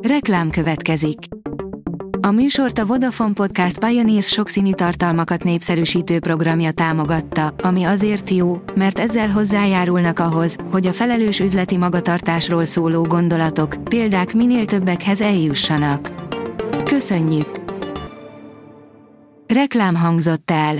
Reklám következik. A műsort a Vodafone Podcast Pioneers sokszínű tartalmakat népszerűsítő programja támogatta, ami azért jó, mert ezzel hozzájárulnak ahhoz, hogy a felelős üzleti magatartásról szóló gondolatok, példák minél többekhez eljussanak. Köszönjük! Reklám hangzott el.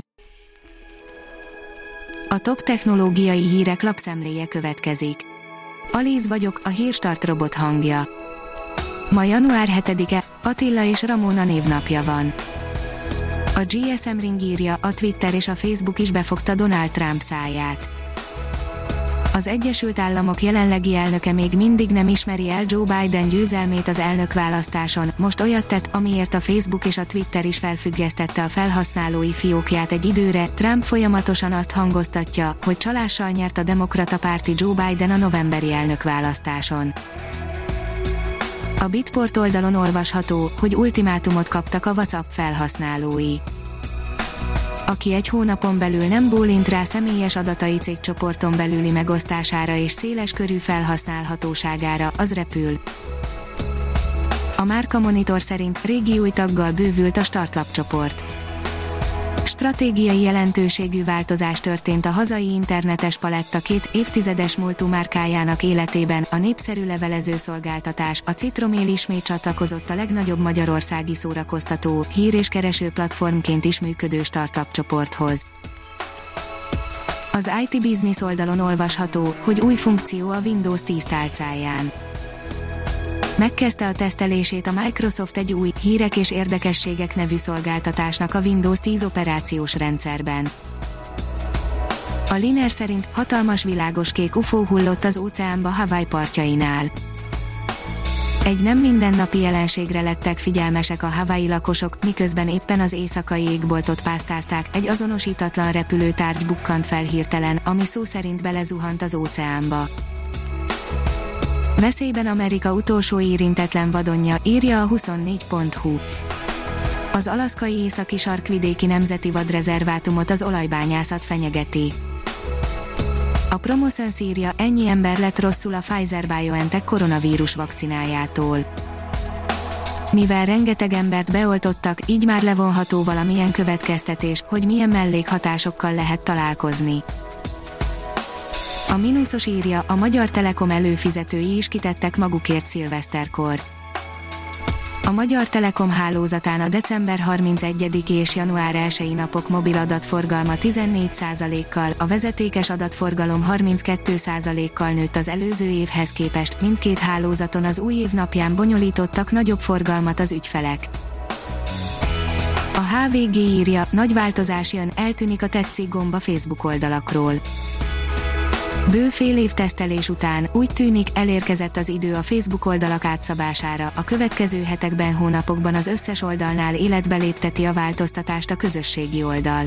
A top technológiai hírek lapszemléje következik. Alíz vagyok, a Hírstart robot hangja. Ma január 7-e, Attila és Ramona névnapja van. A GSM Ring írja, a Twitter és a Facebook is befogta Donald Trump száját. Az Egyesült Államok jelenlegi elnöke még mindig nem ismeri el Joe Biden győzelmét az elnökválasztáson, most olyat tett, amiért a Facebook és a Twitter is felfüggesztette a felhasználói fiókját egy időre. Trump folyamatosan azt hangoztatja, hogy csalással nyert a demokrata párti Joe Biden a novemberi elnökválasztáson. A Bitport oldalon olvasható, hogy ultimátumot kaptak a WhatsApp felhasználói. Aki egy hónapon belül nem bólint rá személyes adatai cégcsoporton belüli megosztására és széles körű felhasználhatóságára, az repül. A Márka Monitor szerint régi új taggal bővült a Startlap csoport. Stratégiai jelentőségű változás történt a hazai internetes paletta két évtizedes múltú márkájának életében. A népszerű levelező szolgáltatás, a Citromail ismét csatlakozott a legnagyobb magyarországi szórakoztató, hír- és kereső platformként is működő Startlap csoporthoz. Az IT Business oldalon olvasható, hogy új funkció a Windows 10 tálcáján. Megkezdte a tesztelését a Microsoft egy új, hírek és érdekességek nevű szolgáltatásnak a Windows 10 operációs rendszerben. A Liner szerint hatalmas világos kék UFO hullott az óceánba Hawaii partjainál. Egy nem mindennapi jelenségre lettek figyelmesek a Hawaii lakosok, miközben éppen az éjszakai égboltot pásztázták, egy azonosítatlan repülőtárgy bukkant fel hirtelen, ami szó szerint belezuhant az óceánba. Veszélyben Amerika utolsó érintetlen vadonja, írja a 24.hu. Az alaszkai északi sarkvidéki nemzeti vadrezervátumot az olajbányászat fenyegeti. A Promoszöns írja, ennyi ember lett rosszul a Pfizer-BioNTech koronavírus vakcinájától. Mivel rengeteg embert beoltottak, így már levonható valamilyen következtetés, hogy milyen mellékhatásokkal lehet találkozni. A Mínuszos írja, a Magyar Telekom előfizetői is kitettek magukért szilveszterkor. A Magyar Telekom hálózatán a december 31 és január 1 napok mobil adatforgalma 14%-kal, a vezetékes adatforgalom 32%-kal nőtt az előző évhez képest. Mindkét hálózaton az új év napján bonyolítottak nagyobb forgalmat az ügyfelek. A HVG írja, nagy változás jön, eltűnik a tetszik gomb a Facebook oldalakról. Bő fél év tesztelés után úgy tűnik, elérkezett az idő a Facebook oldalak átszabására. A következő hetekben, hónapokban az összes oldalnál életbe lépteti a változtatást a közösségi oldal.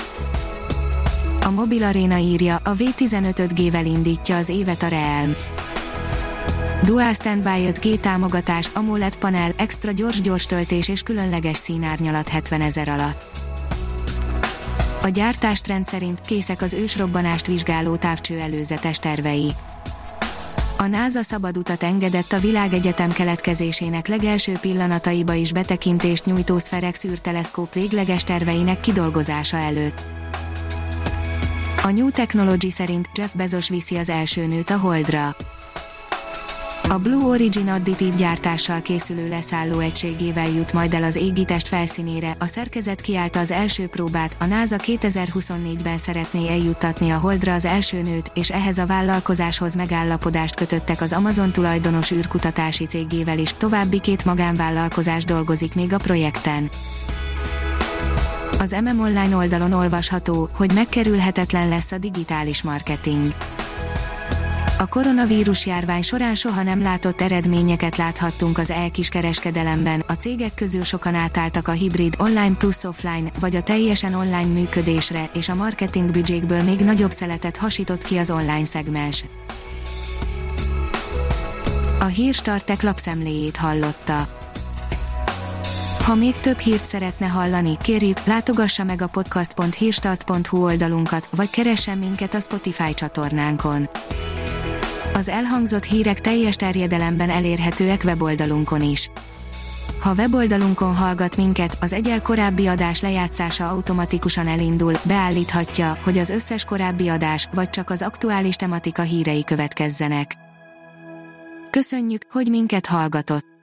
A Mobil Arena írja, a V15 5G-vel indítja az évet a Realm. Dual Standby 5G támogatás, AMOLED panel, extra gyors töltés és különleges színárnyalat 70 000 alatt. A gyártástrend szerint készek az ősrobbanást vizsgáló távcső előzetes tervei. A NASA szabad utat engedett a világegyetem keletkezésének legelső pillanataiba is betekintést nyújtó Spherex űrteleszkóp végleges terveinek kidolgozása előtt. A New Technology szerint Jeff Bezos viszi az első nőt a Holdra. A Blue Origin additív gyártással készülő leszálló egységével jut majd el az égitest felszínére. A szerkezet kiállta az első próbát, a NASA 2024-ben szeretné eljuttatni a Holdra az első nőt, és ehhez a vállalkozáshoz megállapodást kötöttek az Amazon tulajdonos űrkutatási cégével is. További 2 magánvállalkozás dolgozik még a projekten. Az Online oldalon olvasható, hogy megkerülhetetlen lesz a digitális marketing. A koronavírus járvány során soha nem látott eredményeket láthattunk az e-kiskereskedelemben, a cégek közül sokan átálltak a hibrid online plusz offline, vagy a teljesen online működésre, és a marketing büdzsékből még nagyobb szeletet hasított ki az online szegmens. A Hírstart lapszemléjét hallotta. Ha még több hírt szeretne hallani, kérjük, látogassa meg a podcast.hírstart.hu oldalunkat, vagy keressen minket a Spotify csatornánkon. Az elhangzott hírek teljes terjedelemben elérhetőek weboldalunkon is. Ha weboldalunkon hallgat minket, az egyel korábbi adás lejátszása automatikusan elindul, beállíthatja, hogy az összes korábbi adás, vagy csak az aktuális tematika hírei következzenek. Köszönjük, hogy minket hallgatott!